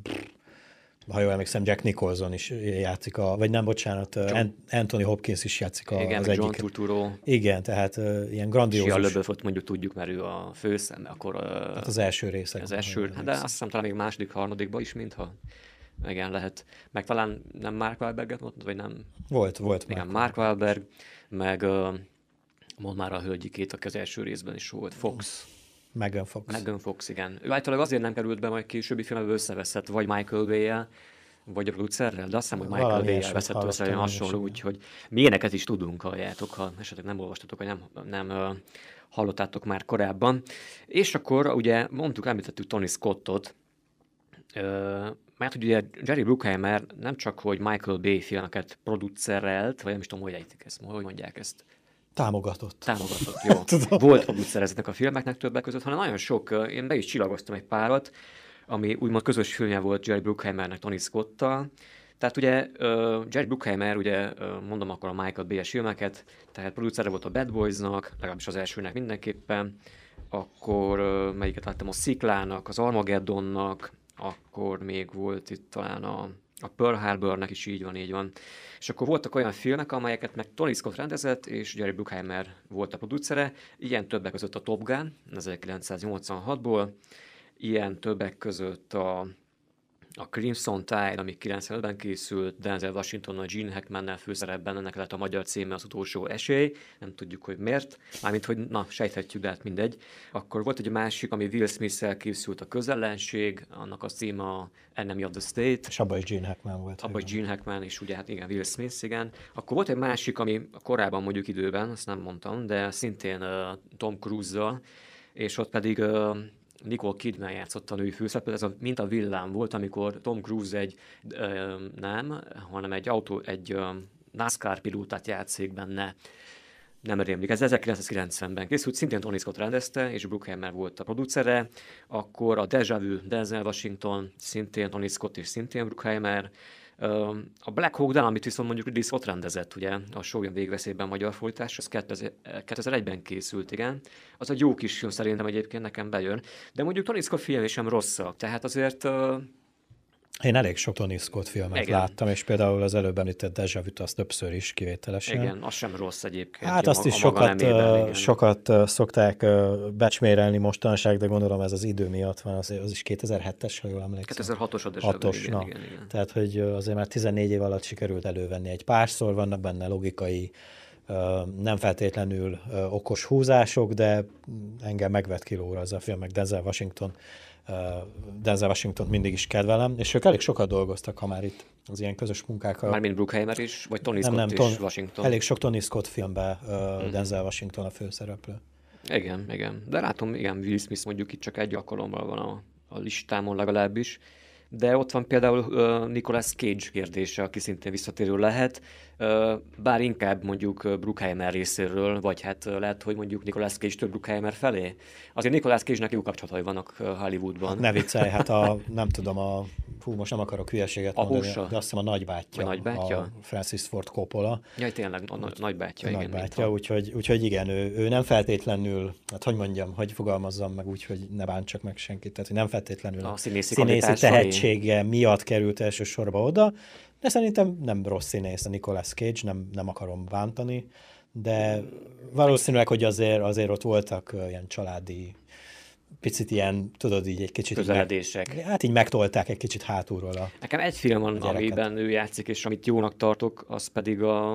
[SPEAKER 2] ha jól emlékszem, Jack Nicholson is játszik, a, vagy nem, bocsánat, John, Anthony Hopkins is játszik a,
[SPEAKER 1] igen,
[SPEAKER 2] az
[SPEAKER 1] John
[SPEAKER 2] egyik.
[SPEAKER 1] Turturro.
[SPEAKER 2] Igen, tehát uh, ilyen grandiózus.
[SPEAKER 1] Shia LaBeoufot mondjuk tudjuk, mert ő a főszem, akkor... Uh,
[SPEAKER 2] hát az első részek.
[SPEAKER 1] Az első, de azt hiszem talán még második, harmadikban is, mintha. Igen, lehet. Meg talán nem Mark Wahlberget mondtad, vagy nem?
[SPEAKER 2] Volt, volt.
[SPEAKER 1] Igen, Mark Wahlberg, meg uh, mond már a hölgyikét, aki az első részben is volt, Fox.
[SPEAKER 2] Megan Fox.
[SPEAKER 1] Megan Fox, igen. Ő általában azért nem került be, majd későbbi filmben összeveszett, vagy Michael Bay-jel, vagy a producerrel, de azt hiszem, hogy Michael Bay-jel veszett össze, olyan hasonló, úgyhogy mi ilyeneket is tudunk, halljátok, ha esetleg nem olvastatok, vagy nem, nem uh, hallottátok már korábban. És akkor ugye mondtuk, említettük Tony Scottot, uh, mert ugye Jerry Bruckheimer nem csak, hogy Michael Bay filmeket producerelt, vagy nem is tudom, hogy ejtik ezt, hogy mondják ezt.
[SPEAKER 2] Támogatott.
[SPEAKER 1] Támogatott, jó. Volt producer ezeknek a filmeknek többek között, hanem nagyon sok, én be is csillagoztam egy párat, ami úgymond közös filmje volt Jerry Bruckheimernek Tony Scottal. Tehát ugye uh, Jerry Bruckheimer, ugye uh, mondom akkor a Michael Bay-es filmeket, tehát producere volt a Bad Boys-nak, legalábbis az elsőnek mindenképpen, akkor uh, melyiket láttam, a Sziklának, az Armageddonnak, akkor még volt itt talán a, a Pearl Harbornak is, így van, így van. És akkor voltak olyan filmek, amelyeket meg Tony Scott rendezett, és Jerry Bruckheimer volt a producere, ilyen többek között a Top Gun ezerkilencszáznyolcvanhatból, ilyen többek között a, a Crimson Tide, ami kilencvenötben készült, Denzel Washingtonnal, Gene Hackmannel főszerepben, ennek lett a magyar címe Az utolsó esély, nem tudjuk, hogy miért, mármint, hogy na, sejthetjük, de hát mindegy. Akkor volt egy másik, ami Will Smith-szel készült, a Közellenség, annak a címe a Enemy of the State.
[SPEAKER 2] És abban is Gene Hackman volt.
[SPEAKER 1] Abban is Gene Hackman, és ugye hát igen, Will Smith, igen. Akkor volt egy másik, ami korábban mondjuk időben, azt nem mondtam, de szintén uh, Tom Cruise-zal, és ott pedig uh, Nicole Kidman játszott a női főszerepet, ez a, mint a villám volt, amikor Tom Cruise egy, ö, nem, hanem egy autó, egy ö, NASCAR pilótát játszik benne. Nem rémlik. Ez ezerkilencszázkilencvenben készült, szintén Tony Scott rendezte, és Bruckheimer volt a producere. Akkor a Deja Vu, Denzel Washington, szintén Tony Scott és szintén Bruckheimer. A Black Hawk Down, amit viszont mondjuk Ridley Scott rendezett, ugye, a Sólyom végveszélyben magyar fordítás, az kétezer-egyben készült, igen. Az egy jó kis film szerintem egyébként, nekem bejön. De mondjuk Tony Scott filmé sem rosszak, tehát azért... Uh...
[SPEAKER 2] Én elég sok Tony Scott filmet igen. láttam, és például az előbb említett Deja Vu-t azt többször is kivételesen.
[SPEAKER 1] Igen, az sem rossz egyébként.
[SPEAKER 2] Hát azt is sokat, nemében, sokat szokták becsmérelni mostanság, de gondolom ez az idő miatt van, az, az is kétezer-hetes, ha jól emlékszem.
[SPEAKER 1] kétezer-hatos
[SPEAKER 2] hatos, igen, igen, igen. Tehát, hogy azért már tizennégy év alatt sikerült elővenni egy párszor, vannak benne logikai, nem feltétlenül okos húzások, de engem megvett kilóra az a film, meg Denzel Washington. Denzel Washington mindig is kedvelem, és ők elég sokat dolgoztak, ha már itt az ilyen közös munkákkal.
[SPEAKER 1] Mármint Bruckheimer is, vagy Tony
[SPEAKER 2] nem,
[SPEAKER 1] Scott
[SPEAKER 2] nem,
[SPEAKER 1] és
[SPEAKER 2] Ton-
[SPEAKER 1] Washington?
[SPEAKER 2] Elég sok Tony Scott filmben uh, mm. Denzel Washington a főszereplő.
[SPEAKER 1] Igen, igen. De látom, igen, Will Smith mondjuk itt csak egy alkalommal van a, a listámon legalábbis. De ott van például uh, Nicolas Cage kérdése, aki szintén visszatérő lehet, uh, bár inkább mondjuk Bruckheimer részéről, vagy hát uh, lehet, hogy mondjuk Nicolas Cage több Bruckheimer felé. Azért Nicolas Cage-nek jó kapcsolatai vannak uh, Hollywoodban. Hát
[SPEAKER 2] ne viccelj, hát a, nem tudom, a, hú, most nem akarok hülyeséget
[SPEAKER 1] a
[SPEAKER 2] mondani,
[SPEAKER 1] hósa?
[SPEAKER 2] De azt hiszem a nagybátyja,
[SPEAKER 1] a nagybátyja?
[SPEAKER 2] A Francis Ford Coppola.
[SPEAKER 1] Jaj, tényleg, a nagy, nagybátyja,
[SPEAKER 2] a
[SPEAKER 1] igen.
[SPEAKER 2] Nagybátyja, úgyhogy, úgyhogy igen, ő, ő nem feltétlenül, hát hogy mondjam, hogy fogalmazzam meg úgy, hogy ne bántsak meg senkit, tehát hogy nem feltétlenül
[SPEAKER 1] a színészi,
[SPEAKER 2] színészi tehetsége miatt került elsősorban oda, de szerintem nem rossz színész a Nicolas Cage, nem, nem akarom bántani, de valószínűleg, hogy azért, azért ott voltak ilyen családi picit ilyen, tudod, így egy kicsit...
[SPEAKER 1] Közeledések.
[SPEAKER 2] Meg, hát így megtolták egy kicsit hátulról a
[SPEAKER 1] Nekem egy film van,
[SPEAKER 2] gyereket.
[SPEAKER 1] amiben ő játszik, és amit jónak tartok, az pedig a...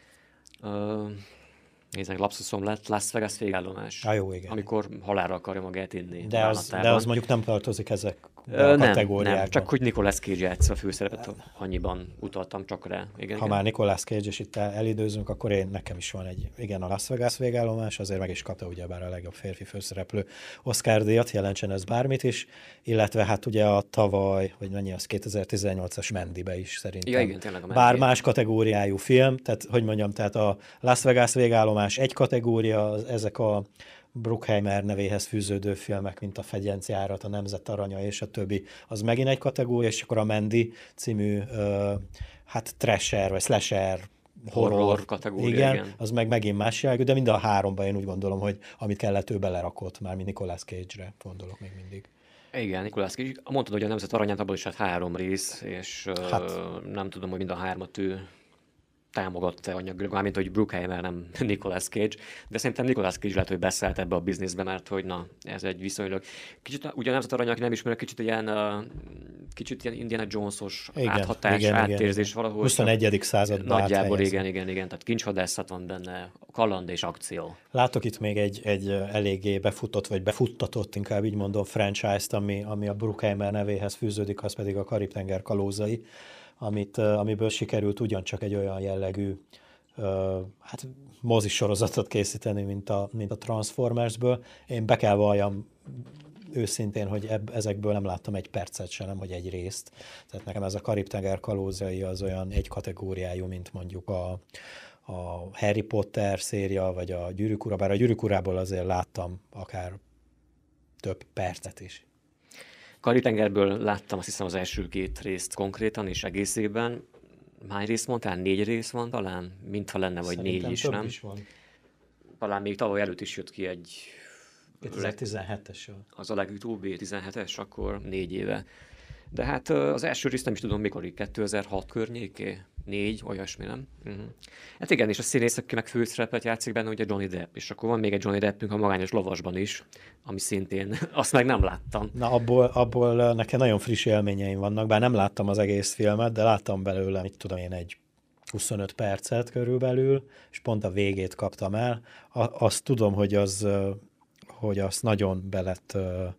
[SPEAKER 1] a nézzek, lapszuszom lett, Las Vegas végállomás.
[SPEAKER 2] Ah, jó, igen.
[SPEAKER 1] Amikor halálra akarja magát inni.
[SPEAKER 2] De az, de az mondjuk nem tartozik ezek a
[SPEAKER 1] nem,
[SPEAKER 2] kategóriákban.
[SPEAKER 1] Nem, csak hogy Nicolas Cage játsza a főszerepet, annyiban utaltam csak rá. Igen,
[SPEAKER 2] ha
[SPEAKER 1] igen.
[SPEAKER 2] már Nicolas Cage, és itt elidőzünk, akkor én, nekem is van egy, igen, a Las Vegas végállomás, azért meg is kapta ugyebár a legjobb férfi főszereplő Oscar-díjat, jelentsen ez bármit is, illetve hát ugye a tavaly, vagy mennyi az, kétezer-tizennyolcas Mendibe is szerintem.
[SPEAKER 1] Ja, igen, tényleg a Mendy.
[SPEAKER 2] Bár más kategóriájú film, tehát hogy mondjam, tehát a Las Vegas végállomás egy kategória, ezek a Bruckheimer nevéhez fűződő filmek, mint a Fegyenc járat, a Nemzet aranya és a többi, az megint egy kategória, és akkor a Mendy című uh, hát trasher, vagy slasher, horror,
[SPEAKER 1] horror kategória,
[SPEAKER 2] igen,
[SPEAKER 1] igen.
[SPEAKER 2] az meg megint más jellegű, de mind a háromban én úgy gondolom, hogy amit kellett, ő belerakott, már mint Nicolas Cage-re gondolok még mindig.
[SPEAKER 1] Igen, Nicolas Cage. Mondtad, hogy a Nemzet aranyát, abból is hát három rész, és hát. uh, nem tudom, hogy mind a hármat ő támogatta anyagilag, mármint, hogy Bruckheimer, nem Nicolas Cage, de szerintem Nicolas Cage lehet, hogy beszállt ebbe a bizniszbe, mert hogy na, ez egy viszonylag kicsit, ugye a Nemzet arany, aki nem ismerek, kicsit ilyen, uh, kicsit ilyen Indiana Jones-os igen, áthatás, igen, átérzés igen. Valahogy.
[SPEAKER 2] huszonegyedik században
[SPEAKER 1] nagyjából igen, igen, igen, tehát kincsvadászat van benne, kaland és akció.
[SPEAKER 2] Látok itt még egy, egy eléggé befutott, vagy befuttatott, inkább így mondom, franchise-t, ami, ami a Bruckheimer nevéhez fűződik, az pedig a Karib-tenger kalózai, amit, amiből sikerült ugyancsak egy olyan jellegű uh, hát mozisorozatot készíteni, mint a, mint a Transformersből. Én be kell valljam őszintén, hogy ebb, ezekből nem láttam egy percet sem, nem, hogy egy részt. Tehát nekem ez a Karib-tenger kalózai az olyan egy kategóriájú, mint mondjuk a, a Harry Potter széria, vagy a Gyűrűk ura, bár a Gyűrűk urából azért láttam akár több percet is.
[SPEAKER 1] Karib-tengerből láttam azt hiszem az első két részt konkrétan és egészében. Hány rész mondtál? Négy rész van talán? Mintha lenne, vagy
[SPEAKER 2] szerintem
[SPEAKER 1] négy is,
[SPEAKER 2] több
[SPEAKER 1] nem?
[SPEAKER 2] Is van.
[SPEAKER 1] Talán még tavaly előtt is jött ki egy...
[SPEAKER 2] kétezer-tizenhetes.
[SPEAKER 1] Az a legutóbbi, tizenhetes, akkor négy éve. De hát az első részt nem is tudom mikor, kétezer-hat környéké? Négy, olyasmi, nem? Uh-huh. Hát igen, és a színész, aki meg főszerepet játszik benne, ugye Johnny Depp, és akkor van még egy Johnny Deppünk a Magányos lovasban is, ami szintén, azt meg nem láttam.
[SPEAKER 2] Na, abból, abból nekem nagyon friss élményeim vannak, bár nem láttam az egész filmet, de láttam belőle, mit tudom én, egy huszonöt percet körülbelül, és pont a végét kaptam el. A, azt tudom, hogy az, hogy azt nagyon belett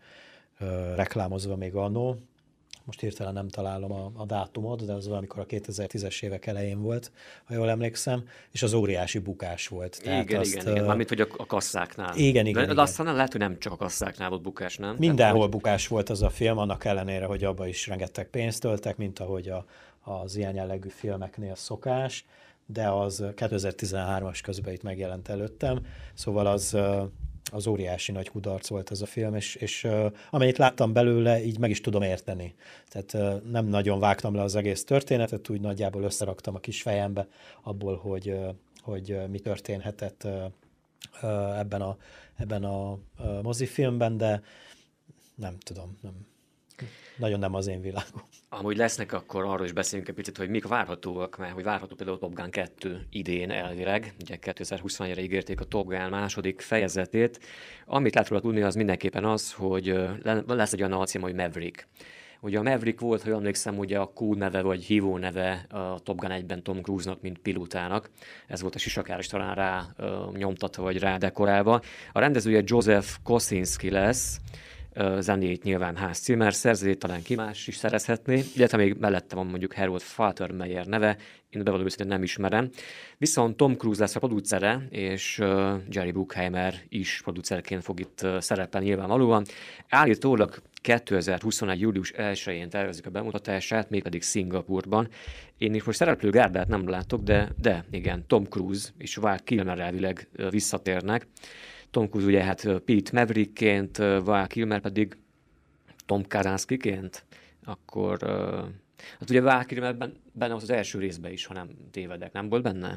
[SPEAKER 2] reklámozva még annó. Most hirtelen nem találom a, a dátumot, de az valamikor a kétezer-tízes évek elején volt, ha jól emlékszem, és az óriási bukás volt.
[SPEAKER 1] Tehát igen, azt, igen, igen, mármint, hogy a, a kasszáknál.
[SPEAKER 2] Igen, igen.
[SPEAKER 1] De, de
[SPEAKER 2] igen.
[SPEAKER 1] aztán nem lehet, hogy nem csak a kasszáknál volt bukás, nem?
[SPEAKER 2] Mindenhol
[SPEAKER 1] Tehát,
[SPEAKER 2] bukás volt az a film, annak ellenére, hogy abba is rengeteg pénzt töltek, mint ahogy a, az ilyen jellegű filmeknél szokás, de az kétezer-tizenhármas közben itt megjelent előttem, szóval az... az óriási nagy kudarc volt ez a film, és, és uh, amennyit láttam belőle, így meg is tudom érteni. Tehát uh, nem nagyon vágtam le az egész történetet, úgy nagyjából összeraktam a kis fejembe abból, hogy, uh, hogy uh, mi történhetett uh, uh, ebben a, ebben a uh, mozifilmben, de nem tudom, nem. Nagyon nem az én világom.
[SPEAKER 1] Amúgy lesznek, akkor arról is beszélünk egy picit, hogy mik várhatóak, mert hogy várható például a Top Gun kettő idén elvileg, ugye kétezer-huszonegyre ígérték a Top Gun második fejezetét. Amit lehet róla tudni, az mindenképpen az, hogy lesz egy olyan alcím, hogy Maverick. Ugye a Maverick volt, hogy emlékszem, ugye a kód neve vagy hívó neve a Top Gun egyben Tom Cruise-nak, mint pilótának. Ez volt a sisakár is talán rá uh, nyomtatva, vagy rá dekorálva. A rendezője Joseph Kosinski lesz, zenét nyilván Hans Zimmer, szerzőjét talán ki más is szerezhetné, illetve még mellette van mondjuk Harold Faltermeyer neve, én bevallom őszintén nem ismerem. Viszont Tom Cruise lesz a producere, és uh, Jerry Bruckheimer is producerként fog itt uh, szerepelni nyilvánvalóan. Állítólag kétezer-huszonegy. július elsején tervezik a bemutatását, mégpedig Szingapurban. Én is most szereplő gárdát nem látok, de, de igen, Tom Cruise és Val Kilmer elvileg uh, visszatérnek. Tom Cruise ugye hát Pete Maverickként, Val Kilmer pedig Tom Kaczynskiként, akkor hát ugye Val Kilmer benne az, az első részben is, ha nem tévedek, nem volt benne?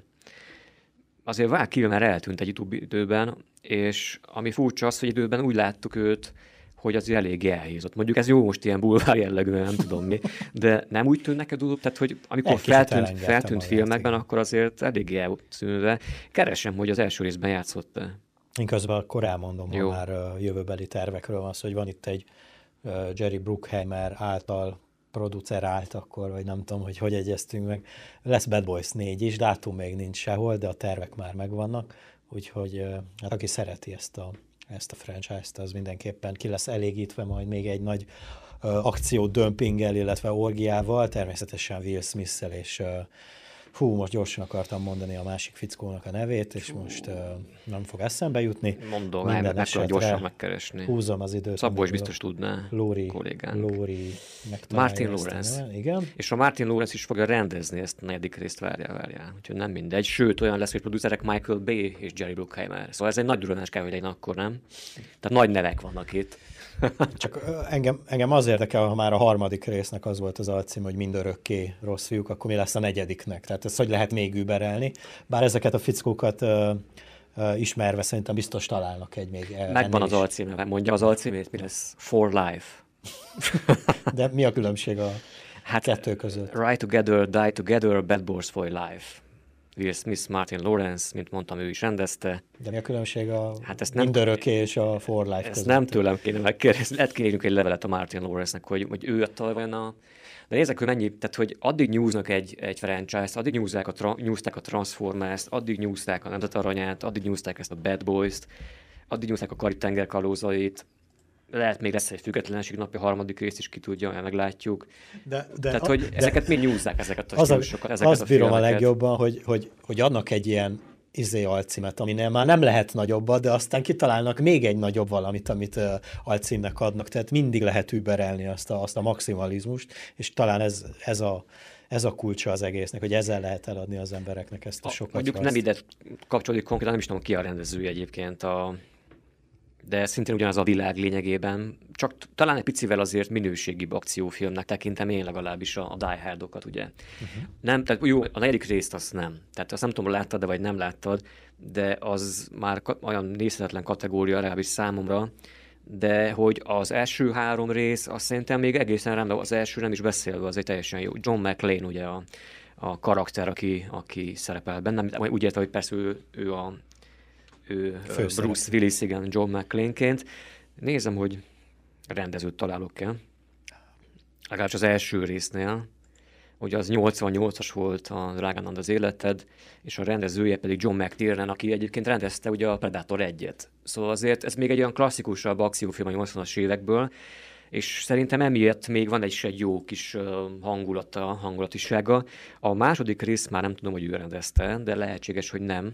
[SPEAKER 1] Azért Val Kilmer eltűnt egy utóbbi időben, és ami furcsa az, hogy időben úgy láttuk őt, hogy azért eléggé elhízott. Mondjuk ez jó most ilyen bulvár jellegűen, nem tudom mi, de nem úgy tűnt neked utóbb, tehát hogy amikor feltűnt, feltűnt filmekben, akkor azért eléggé eltűnve. Keresem, hogy az első részben játszott-e.
[SPEAKER 2] Én közben akkor elmondom,
[SPEAKER 1] Jó.
[SPEAKER 2] ha már uh, jövőbeli tervekről van szó, hogy van itt egy uh, Jerry Bruckheimer által producerált akkor, vagy nem tudom, hogy hogy egyeztünk meg. Lesz Bad Boys négy is, dátum még nincs sehol, de a tervek már megvannak, úgyhogy uh, hát aki szereti ezt a, ezt a franchise-t, az mindenképpen ki lesz elégítve majd még egy nagy uh, akció dömpinggel, illetve orgiával, természetesen Will Smith-szel és uh, hú, most gyorsan akartam mondani a másik fickónak a nevét, és most uh, nem fog eszembe jutni.
[SPEAKER 1] Mondom, meg kell gyorsan megkeresni.
[SPEAKER 2] Húzom az időt.
[SPEAKER 1] Szabó is biztos tudná,
[SPEAKER 2] Lóri,
[SPEAKER 1] kollégánk.
[SPEAKER 2] Lóri
[SPEAKER 1] Martin Lawrence.
[SPEAKER 2] Igen.
[SPEAKER 1] És a Martin Lawrence is fogja rendezni ezt a negyedik részt, várjál, várjál. Úgyhogy nem mindegy. Sőt, olyan lesz, hogy producerek Michael Bay és Jerry Bruckheimer. Szóval ez egy nagy duranás kell, hogy legyen akkor, nem? Tehát nagy nevek vannak itt.
[SPEAKER 2] Csak engem, engem az érdekel, ha már a harmadik résznek az volt az alcím, hogy mindörökké rossz fiúk, akkor mi lesz a negyediknek? Tehát ezt hogy lehet még überelni? Bár ezeket a fickókat uh, uh, ismerve szerintem biztos találnak egy még.
[SPEAKER 1] Megvan az alcíme, mondja az alcímét, mi lesz? For Life.
[SPEAKER 2] De mi a különbség a
[SPEAKER 1] hát,
[SPEAKER 2] kettő között?
[SPEAKER 1] Ride Together, Die Together, Bad Boys for Life. Will Smith, Martin Lawrence, mint mondtam, ő is rendezte.
[SPEAKER 2] De mi a különbség a
[SPEAKER 1] hát ezt nem,
[SPEAKER 2] mindörökké és a For Life
[SPEAKER 1] ezt
[SPEAKER 2] között?
[SPEAKER 1] nem tőlem kéne megkérdezni. Lehet kérjünk egy levelet a Martin Lawrence-nek, hogy, hogy ő adta vajon a... De nézzek, hogy mennyi, tehát hogy addig nyúznak egy, egy franchise-t, addig nyúzták a, tra, nyúzták a Transformers-t, addig nyúzták a Nemzet Aranyát, addig nyúzták ezt a Bad Boys-t, addig nyúzták a Karib-tenger kalózait, lehet még lesz egy függetlenség napja, harmadik részt is ki tudja, meglátjuk. De, de Tehát, a, hogy de ezeket még nyúzzák, ezeket a stílusokat, ezeket
[SPEAKER 2] azt
[SPEAKER 1] a
[SPEAKER 2] bírom
[SPEAKER 1] filmeket.
[SPEAKER 2] a legjobban, hogy, hogy, hogy adnak egy ilyen izé alcímet, aminél már nem lehet nagyobbat, de aztán kitalálnak még egy nagyobb valamit, amit uh, alcímnek adnak. Tehát mindig lehet überelni azt a, azt a maximalizmust, és talán ez, ez a Ez a kulcsa az egésznek, hogy ezzel lehet eladni az embereknek ezt a, a sokat.
[SPEAKER 1] Mondjuk nem ide kapcsolódik konkrétan, nem is tudom ki a rendezője egyébként, a, de szintén ugyanaz a világ lényegében, csak talán egy picivel azért minőségibb akciófilmnek tekintem én legalábbis a, a Die Hardokat, ugye. Uh-huh. Nem, tehát jó, a negyedik részt azt nem. Tehát azt nem tudom, láttad, de vagy nem láttad, de az már ka- olyan nézhetetlen kategória legalábbis számomra, de hogy az első három rész, azt szerintem még egészen rendben, az első nem is beszélve, az egy teljesen jó. John McClane ugye a, a karakter, aki, aki szerepel benne. Úgy érte, hogy persze ő, ő a ő Bruce Willis, igen, John McClane-ként. Nézem, hogy rendezőt találok-e. Legalábbis az első résznél. Ugye az nyolcvannyolcas volt a Drágán az életed, és a rendezője pedig John McTiernan, aki egyébként rendezte ugye a Predator egyet. Szóval azért ez még egy olyan klasszikusabb akciófilm a nyolcvanas évekből, és szerintem emiatt még van egy, egy jó kis hangulata, hangulatisága. A második rész már nem tudom, hogy ő rendezte, de lehetséges, hogy nem.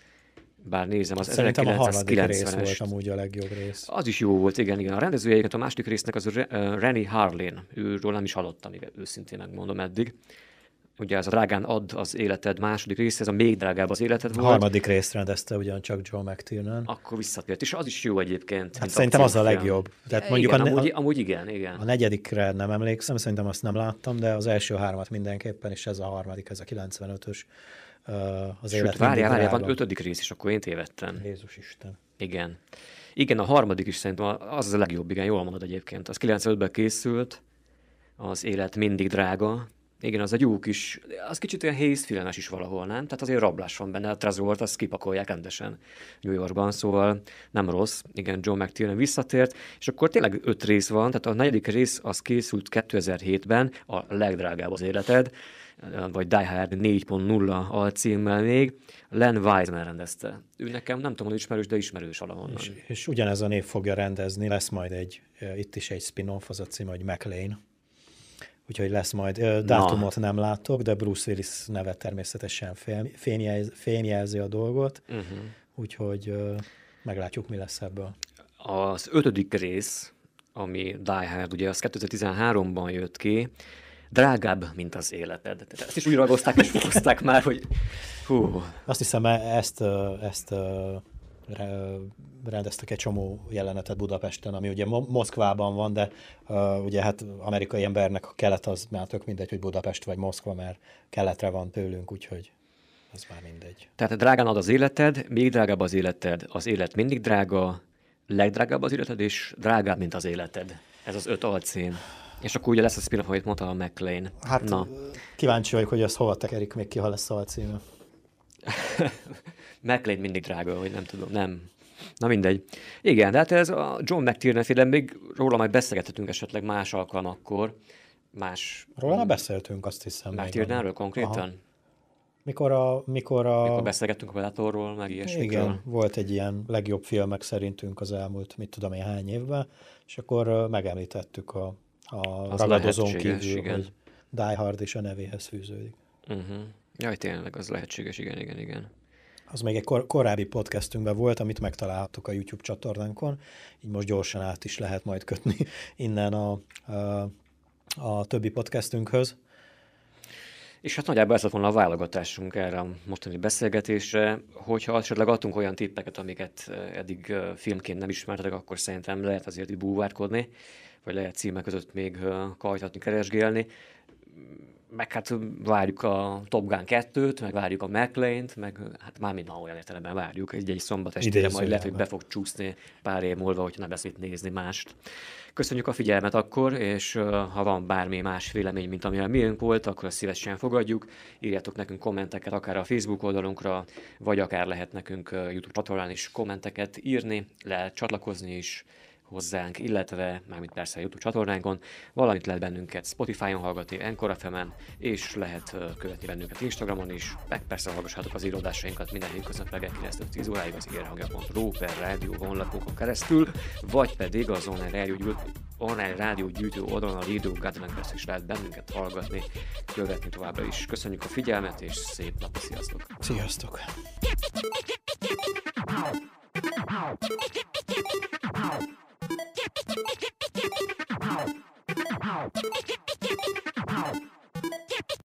[SPEAKER 1] Bár nézem, az
[SPEAKER 2] szerintem a harmadik rész volt amúgy a legjobb rész.
[SPEAKER 1] Az is jó volt, igen, igen. A rendezője a második résznek az Rennie Harlin. Őről nem is hallottam, őszintén megmondom eddig. Ugye ez a Drágán ad az életed második rész, ez a még drágább az életed volt.
[SPEAKER 2] A harmadik részt rendezte ugyancsak John McTiernan.
[SPEAKER 1] Akkor visszatért, és az is jó egyébként.
[SPEAKER 2] Hát szerintem az a legjobb. Tehát
[SPEAKER 1] ja,
[SPEAKER 2] mondjuk
[SPEAKER 1] igen,
[SPEAKER 2] a,
[SPEAKER 1] amúgy, amúgy igen, igen.
[SPEAKER 2] A negyedikre nem emlékszem, szerintem azt nem láttam, de az első hármat mindenképpen, és ez a harmadik, ez a kilencvenötös. Az
[SPEAKER 1] Sőt, élet várjál, várjál, van ötödik rész is, akkor én tévedtem.
[SPEAKER 2] Jézus Isten.
[SPEAKER 1] Igen. Igen, a harmadik is szerintem az a legjobb, igen, jól mondod egyébként. Az kilencvenötben készült, az élet mindig drága. Igen, az egy jó kis, az kicsit olyan hézfilmes is valahol, nem? Tehát azért rablás van benne, a Trezort azt kipakolják rendesen New Yorkban, szóval nem rossz. Igen, John McTiernan visszatért, és akkor tényleg öt rész van, tehát a negyedik rész az készült kétezer-hétben, a legdrágább az életed, vagy Die Hard négy pont nulla alcímmel még, Len Wiseman rendezte. Ő nekem nem tudom, hogy ismerős, de ismerős valahonnan.
[SPEAKER 2] És, és ugyanez a név fogja rendezni, lesz majd egy, itt is egy spin-off, az a cím, hogy McClane. Úgyhogy lesz majd, dátumot nem látok, de Bruce Willis neve természetesen fényjelzi, fényjelzi a dolgot, uh-huh. Úgyhogy uh, meglátjuk, mi lesz ebből.
[SPEAKER 1] Az ötödik rész, ami Die Hard, ugye az kétezer-tizenháromban jött ki, drágább, mint az életed. Ezt is úgy ragozták és fokozták már, hogy hú.
[SPEAKER 2] Azt hiszem, ezt, ezt rendeztek egy csomó jelenetet Budapesten, ami ugye Moszkvában van, de uh, ugye hát amerikai embernek a kelet az már tök mindegy, hogy Budapest vagy Moszkva, mert keletre van tőlünk, úgyhogy az már mindegy.
[SPEAKER 1] Tehát drágán ad az életed, még drágább az életed, az élet mindig drága, legdrágább az életed, és drágább, mint az életed. Ez az öt alcím. És akkor ugye lesz a spin-off, amit mondta a McClane.
[SPEAKER 2] Hát Na. kíváncsi vagyok, hogy azt hova tekerik még ki, ha lesz a alcíme.
[SPEAKER 1] McClane mindig drága, hogy nem tudom, nem. Na mindegy. Igen, de hát ez a John McTiernan féle, még róla majd beszélgethetünk esetleg más alkalmakkor. Más...
[SPEAKER 2] Róla már beszéltünk, azt hiszem.
[SPEAKER 1] McTiernanről konkrétan? Aha.
[SPEAKER 2] Mikor a... Mikor, a...
[SPEAKER 1] mikor beszélgettünk a Predatorról, meg ilyesmikről.
[SPEAKER 2] Igen, volt egy ilyen legjobb filmek szerintünk az elmúlt, mit tudom én, hány évben, és akkor megemlítettük a, a ragadozón kívül, igen. Hogy Die Hard is a nevéhez fűződik.
[SPEAKER 1] Uh-huh. Jaj, tényleg, az lehetséges, igen, igen, igen.
[SPEAKER 2] Az még egy kor- korábbi podcastünkben volt, amit megtaláltuk a YouTube csatornánkon, így most gyorsan át is lehet majd kötni innen a, a, a többi podcastünkhöz.
[SPEAKER 1] És hát nagyjából ez lett volna a válogatásunk erre a mostani beszélgetésre. Hogyha esetleg adtunk olyan tippeket, amiket eddig filmként nem ismertek, akkor szerintem lehet azért így búvárkodni, vagy lehet címek között még kajtatni, keresgélni. Meg hát várjuk a Top Gun kettőt, meg várjuk a McLean-t, meg hát már minden olyan értelemben várjuk. Egy-egy szombat estére majd lehet, hogy be fog csúszni pár év múlva, hogyha nem lesz itt nézni mást. Köszönjük a figyelmet akkor, és uh, ha van bármi más vélemény, mint amilyen miénk volt, akkor azt szívesen fogadjuk. Írjátok nekünk kommenteket akár a Facebook oldalunkra, vagy akár lehet nekünk uh, YouTube csatornán is kommenteket írni, lehet csatlakozni is hozzánk, illetve, mármint persze a YouTube csatornánkon, valamit lehet bennünket Spotify-on hallgatni, Anchor ef emen, és lehet uh, követni bennünket Instagramon is, meg persze hallgassátok az íródásainkat minden hétköznap reggel kilenctől tíz óráig az érhangja pont ru per rádió honlapunkon keresztül, vagy pedig az online rádió, gyűjt, online rádió gyűjtő oldalon a Radio Garden keresztül is lehet bennünket hallgatni, követni továbbra is. Köszönjük a figyelmet, és szép napot, sziasztok!
[SPEAKER 2] Sziasztok! Ow.